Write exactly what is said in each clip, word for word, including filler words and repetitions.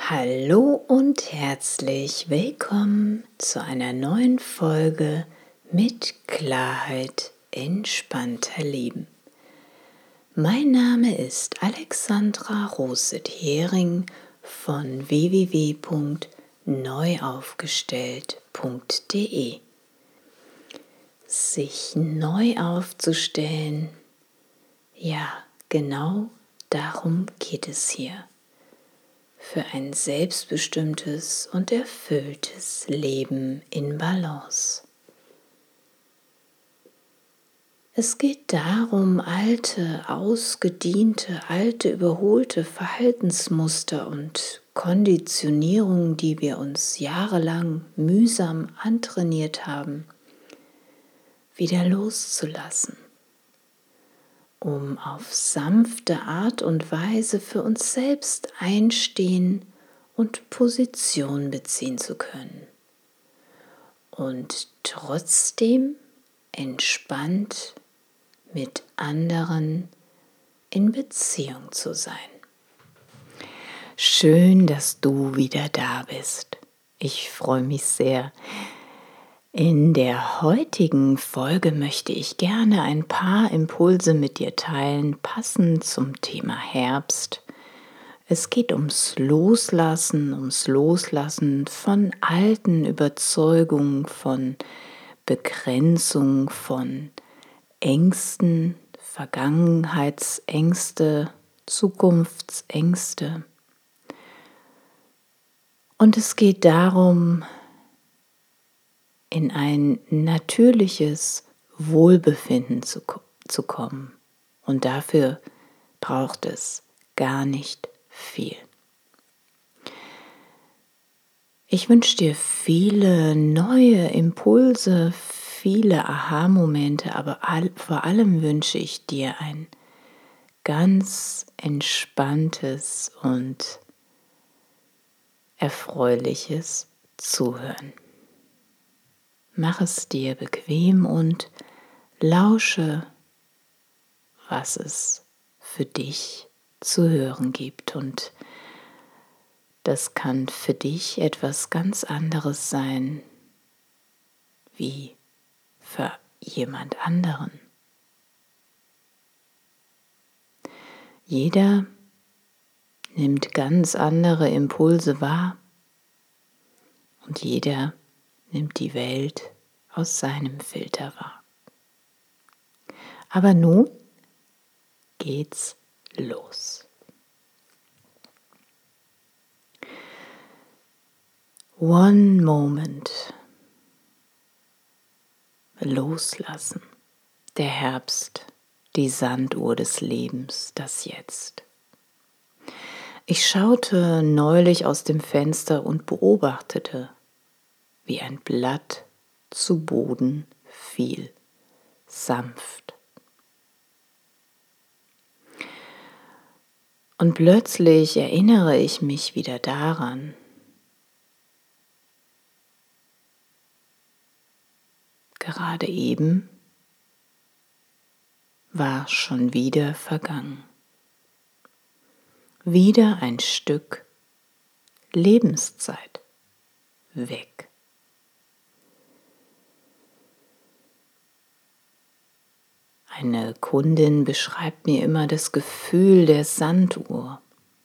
Hallo und herzlich willkommen zu einer neuen Folge mit Klarheit entspannter Leben. Mein Name ist Alexandra Roset-Hering von w w w punkt neuaufgestellt punkt de. Sich neu aufzustellen, ja, genau darum geht es hier. Für ein selbstbestimmtes und erfülltes Leben in Balance. Es geht darum, alte, ausgediente, alte, überholte Verhaltensmuster und Konditionierungen, die wir uns jahrelang mühsam antrainiert haben, wieder loszulassen, um auf sanfte Art und Weise für uns selbst einstehen und Position beziehen zu können und trotzdem entspannt mit anderen in Beziehung zu sein. Schön, dass du wieder da bist. Ich freue mich sehr. In der heutigen Folge möchte ich gerne ein paar Impulse mit dir teilen, passend zum Thema Herbst. Es geht ums Loslassen, ums Loslassen von alten Überzeugungen, von Begrenzung, von Ängsten, Vergangenheitsängste, Zukunftsängste. Und es geht darum, in ein natürliches Wohlbefinden zu, zu kommen. Und dafür braucht es gar nicht viel. Ich wünsche dir viele neue Impulse, viele Aha-Momente, aber all, vor allem wünsche ich dir ein ganz entspanntes und erfreuliches Zuhören. Mach es dir bequem und lausche, was es für dich zu hören gibt. Und das kann für dich etwas ganz anderes sein wie für jemand anderen. Jeder nimmt ganz andere Impulse wahr und jeder nimmt die Welt aus seinem Filter wahr. Aber nun geht's los. One moment. Loslassen. Der Herbst, die Sanduhr des Lebens, das Jetzt. Ich schaute neulich aus dem Fenster und beobachtete, wie ein Blatt zu Boden fiel, sanft. Und plötzlich erinnere ich mich wieder daran, gerade eben war schon wieder vergangen. Wieder ein Stück Lebenszeit weg. Eine Kundin beschreibt mir immer das Gefühl der Sanduhr,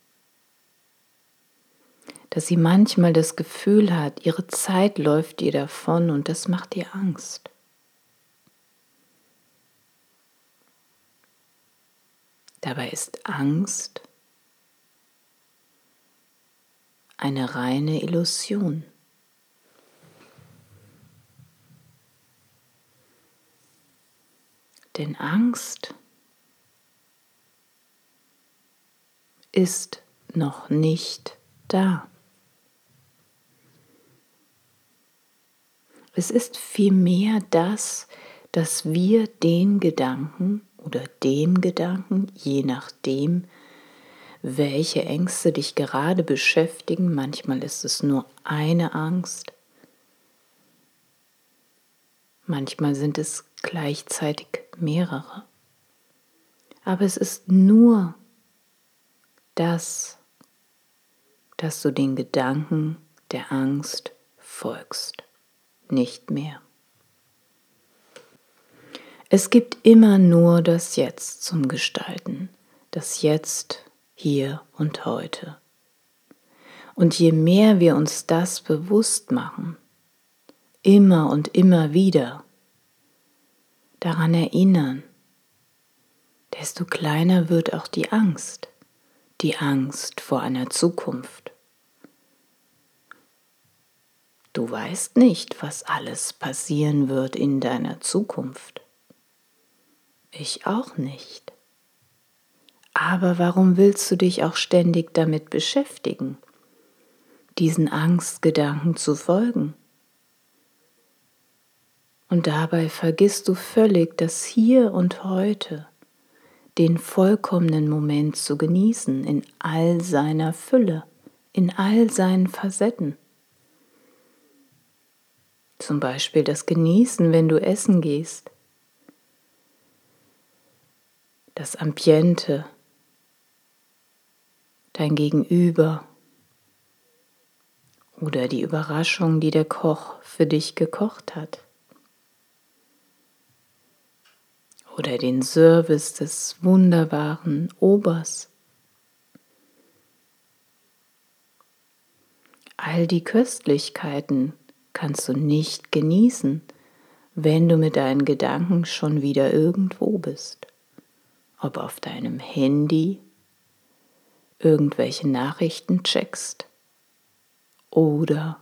dass sie manchmal das Gefühl hat, ihre Zeit läuft ihr davon und das macht ihr Angst. Dabei ist Angst eine reine Illusion. Denn Angst ist noch nicht da. Es ist vielmehr das, dass wir den Gedanken oder den Gedanken, je nachdem, welche Ängste dich gerade beschäftigen, manchmal ist es nur eine Angst, manchmal sind es gleichzeitig mehrere. Aber es ist nur das, dass du den Gedanken der Angst folgst. Nicht mehr. Es gibt immer nur das Jetzt zum Gestalten, das Jetzt, hier und heute. Und je mehr wir uns das bewusst machen, immer und immer wieder daran erinnern, desto kleiner wird auch die Angst, die Angst vor einer Zukunft. Du weißt nicht, was alles passieren wird in deiner Zukunft. Ich auch nicht. Aber warum willst du dich auch ständig damit beschäftigen, diesen Angstgedanken zu folgen? Und dabei vergisst du völlig, das Hier und Heute, den vollkommenen Moment zu genießen in all seiner Fülle, in all seinen Facetten. Zum Beispiel das Genießen, wenn du essen gehst, das Ambiente, dein Gegenüber oder die Überraschung, die der Koch für dich gekocht hat. Oder den Service des wunderbaren Obers. All die Köstlichkeiten kannst du nicht genießen, wenn du mit deinen Gedanken schon wieder irgendwo bist. Ob auf deinem Handy irgendwelche Nachrichten checkst oder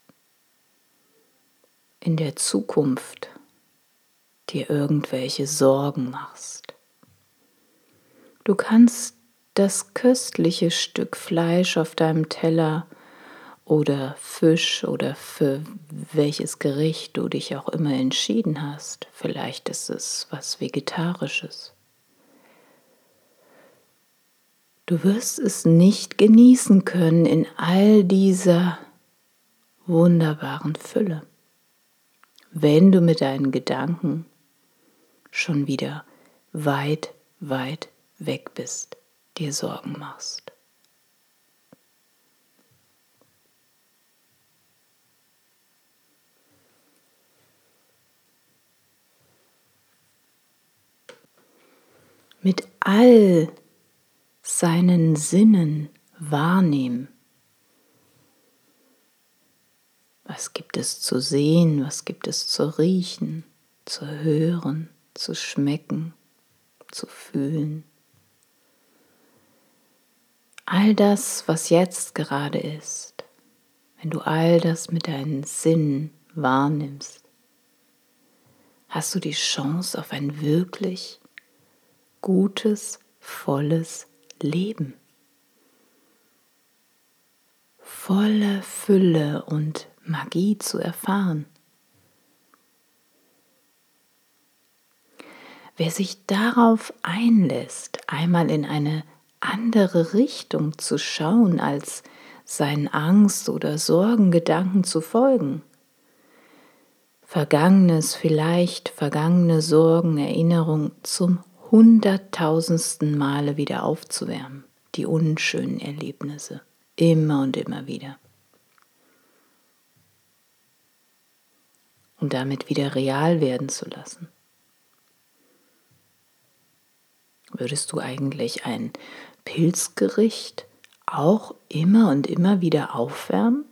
in der Zukunft dir irgendwelche Sorgen machst. Du kannst das köstliche Stück Fleisch auf deinem Teller oder Fisch oder für welches Gericht du dich auch immer entschieden hast, vielleicht ist es was Vegetarisches. Du wirst es nicht genießen können in all dieser wunderbaren Fülle, wenn du mit deinen Gedanken schon wieder weit, weit weg bist, dir Sorgen machst. Mit all seinen Sinnen wahrnehmen. Was gibt es zu sehen, was gibt es zu riechen, zu hören, zu schmecken, zu fühlen. All das, was jetzt gerade ist, wenn du all das mit deinen Sinnen wahrnimmst, hast du die Chance auf ein wirklich gutes, volles Leben. Volle Fülle und Magie zu erfahren. Wer sich darauf einlässt, einmal in eine andere Richtung zu schauen, als seinen Angst- oder Sorgengedanken zu folgen, Vergangenes, vielleicht vergangene Sorgen, Erinnerung zum hunderttausendsten Male wieder aufzuwärmen, die unschönen Erlebnisse, immer und immer wieder. Und damit wieder real werden zu lassen. Würdest du eigentlich ein Pilzgericht auch immer und immer wieder aufwärmen?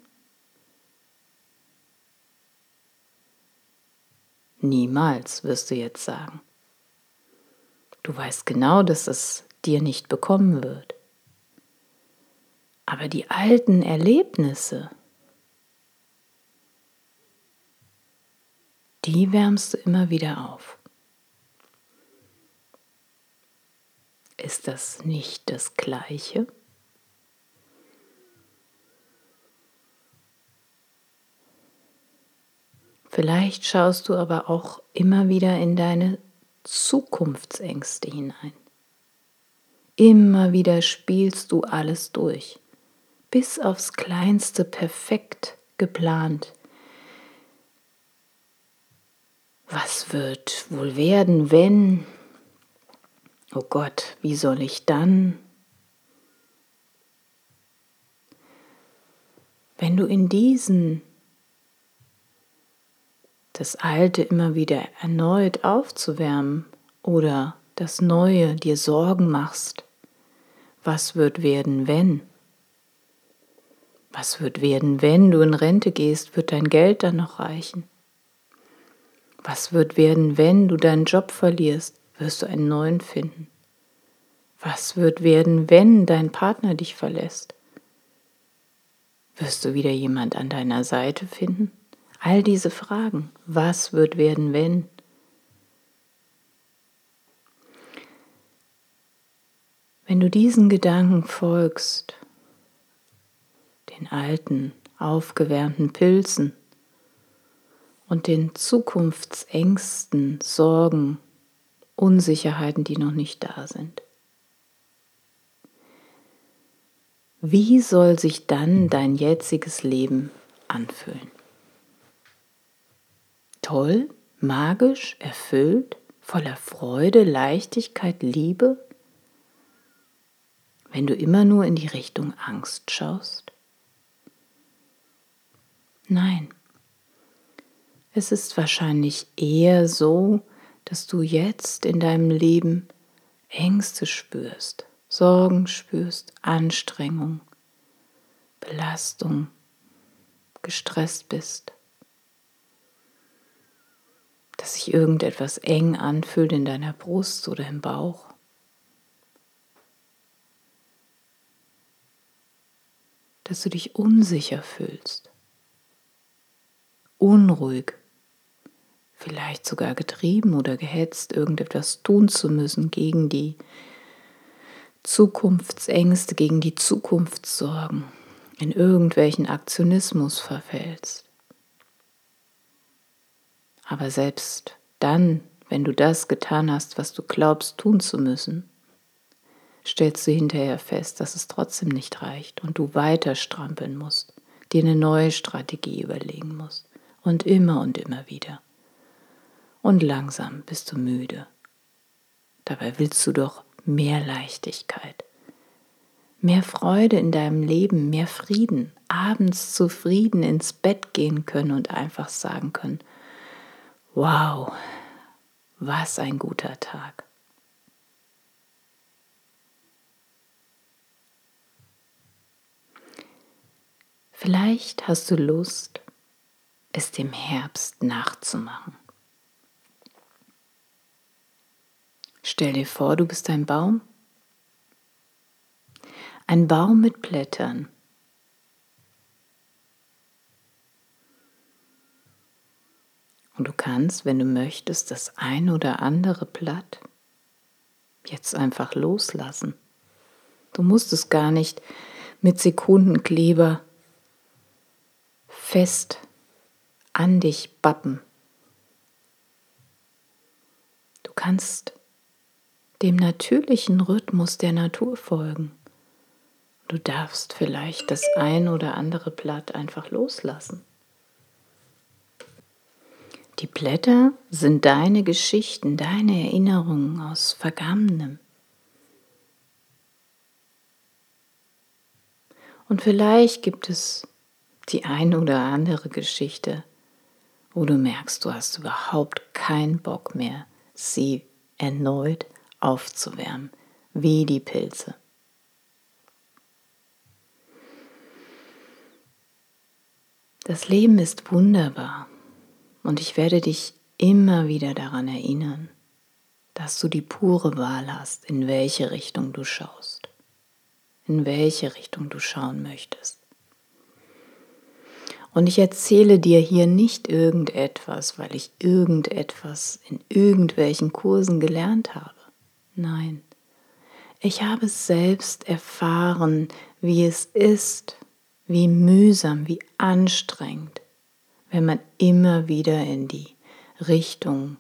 Niemals, wirst du jetzt sagen. Du weißt genau, dass es dir nicht bekommen wird. Aber die alten Erlebnisse, die wärmst du immer wieder auf. Ist das nicht das Gleiche? Vielleicht schaust du aber auch immer wieder in deine Zukunftsängste hinein. Immer wieder spielst du alles durch, bis aufs Kleinste perfekt geplant. Was wird wohl werden, wenn? Oh Gott, wie soll ich dann? Wenn du in diesen das Alte immer wieder erneut aufzuwärmen oder das Neue dir Sorgen machst, was wird werden, wenn? Was wird werden, wenn du in Rente gehst? Wird dein Geld dann noch reichen? Was wird werden, wenn du deinen Job verlierst? Wirst du einen neuen finden? Was wird werden, wenn dein Partner dich verlässt? Wirst du wieder jemand an deiner Seite finden? All diese Fragen. Was wird werden, wenn? Wenn du diesen Gedanken folgst, den alten, aufgewärmten Pilzen und den Zukunftsängsten, Sorgen, Unsicherheiten, die noch nicht da sind, wie soll sich dann dein jetziges Leben anfühlen? Toll, magisch, erfüllt, voller Freude, Leichtigkeit, Liebe? Wenn du immer nur in die Richtung Angst schaust? Nein. Es ist wahrscheinlich eher so, dass du jetzt in deinem Leben Ängste spürst, Sorgen spürst, Anstrengung, Belastung, gestresst bist, dass sich irgendetwas eng anfühlt in deiner Brust oder im Bauch. Dass du dich unsicher fühlst, unruhig, vielleicht sogar getrieben oder gehetzt, irgendetwas tun zu müssen gegen die Zukunftsängste, gegen die Zukunftssorgen, in irgendwelchen Aktionismus verfällst. Aber selbst dann, wenn du das getan hast, was du glaubst tun zu müssen, stellst du hinterher fest, dass es trotzdem nicht reicht und du weiter strampeln musst, dir eine neue Strategie überlegen musst und immer und immer wieder. Und langsam bist du müde. Dabei willst du doch mehr Leichtigkeit, mehr Freude in deinem Leben, mehr Frieden, abends zufrieden ins Bett gehen können und einfach sagen können, wow, was ein guter Tag. Vielleicht hast du Lust, es dem Herbst nachzumachen. Stell dir vor, du bist ein Baum. Ein Baum mit Blättern. Und du kannst, wenn du möchtest, das ein oder andere Blatt jetzt einfach loslassen. Du musst es gar nicht mit Sekundenkleber fest an dich bappen. Du kannst dem natürlichen Rhythmus der Natur folgen. Du darfst vielleicht das ein oder andere Blatt einfach loslassen. Die Blätter sind deine Geschichten, deine Erinnerungen aus Vergangenem. Und vielleicht gibt es die eine oder andere Geschichte, wo du merkst, du hast überhaupt keinen Bock mehr, sie erneut aufzuwärmen, wie die Pilze. Das Leben ist wunderbar und ich werde dich immer wieder daran erinnern, dass du die pure Wahl hast, in welche Richtung du schaust, in welche Richtung du schauen möchtest. Und ich erzähle dir hier nicht irgendetwas, weil ich irgendetwas in irgendwelchen Kursen gelernt habe. Nein, ich habe es selbst erfahren, wie es ist, wie mühsam, wie anstrengend, wenn man immer wieder in die Richtung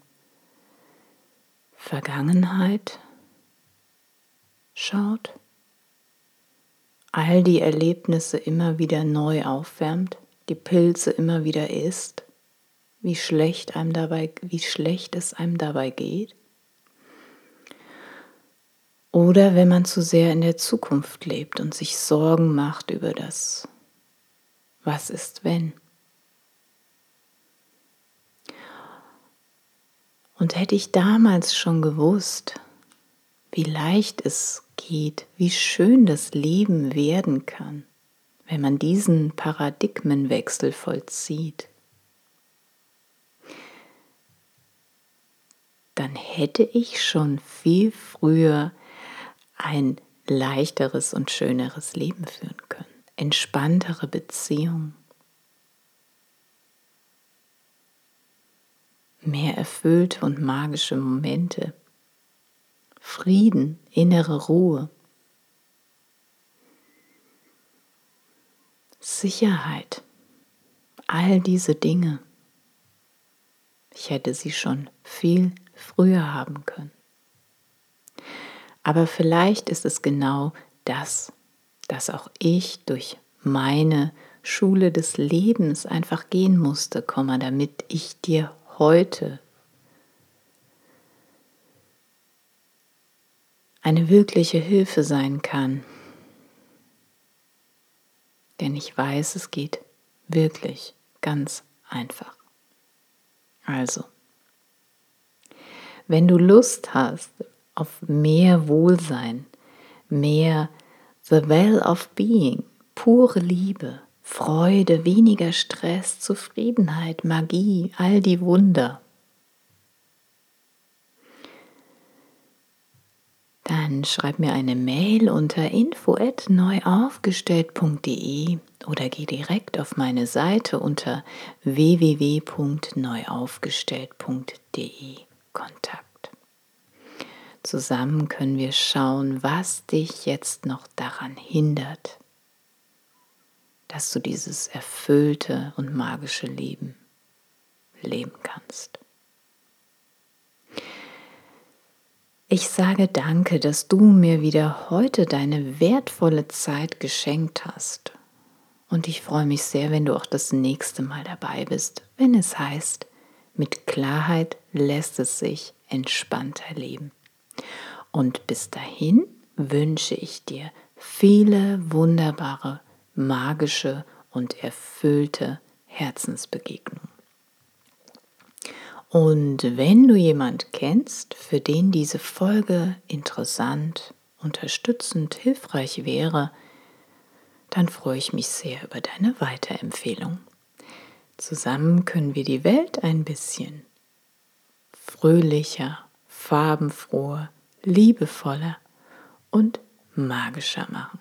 Vergangenheit schaut, all die Erlebnisse immer wieder neu aufwärmt, die Pilze immer wieder isst, wie schlecht einem dabei, wie schlecht es einem dabei geht. Oder wenn man zu sehr in der Zukunft lebt und sich Sorgen macht über das Was ist, wenn? Und hätte ich damals schon gewusst, wie leicht es geht, wie schön das Leben werden kann, wenn man diesen Paradigmenwechsel vollzieht, dann hätte ich schon viel früher ein leichteres und schöneres Leben führen können, entspanntere Beziehungen, mehr erfüllte und magische Momente, Frieden, innere Ruhe, Sicherheit, all diese Dinge. Ich hätte sie schon viel früher haben können. Aber vielleicht ist es genau das, dass auch ich durch meine Schule des Lebens einfach gehen musste, damit ich dir heute eine wirkliche Hilfe sein kann. Denn ich weiß, es geht wirklich ganz einfach. Also, wenn du Lust hast auf mehr Wohlsein, mehr The Well of Being, pure Liebe, Freude, weniger Stress, Zufriedenheit, Magie, all die Wunder, dann schreib mir eine Mail unter info at neuaufgestellt punkt de oder geh direkt auf meine Seite unter w w w punkt neuaufgestellt punkt de Kontakt. Zusammen können wir schauen, was dich jetzt noch daran hindert, dass du dieses erfüllte und magische Leben leben kannst. Ich sage danke, dass du mir wieder heute deine wertvolle Zeit geschenkt hast. Und ich freue mich sehr, wenn du auch das nächste Mal dabei bist, wenn es heißt, mit Klarheit lässt es sich entspannter leben. Und bis dahin wünsche ich dir viele wunderbare, magische und erfüllte Herzensbegegnungen. Und wenn du jemand kennst, für den diese Folge interessant, unterstützend, hilfreich wäre, dann freue ich mich sehr über deine Weiterempfehlung. Zusammen können wir die Welt ein bisschen fröhlicher, farbenfroher, liebevoller und magischer machen.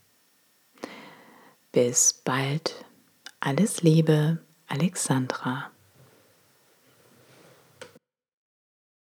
Bis bald. Alles Liebe, Alexandra.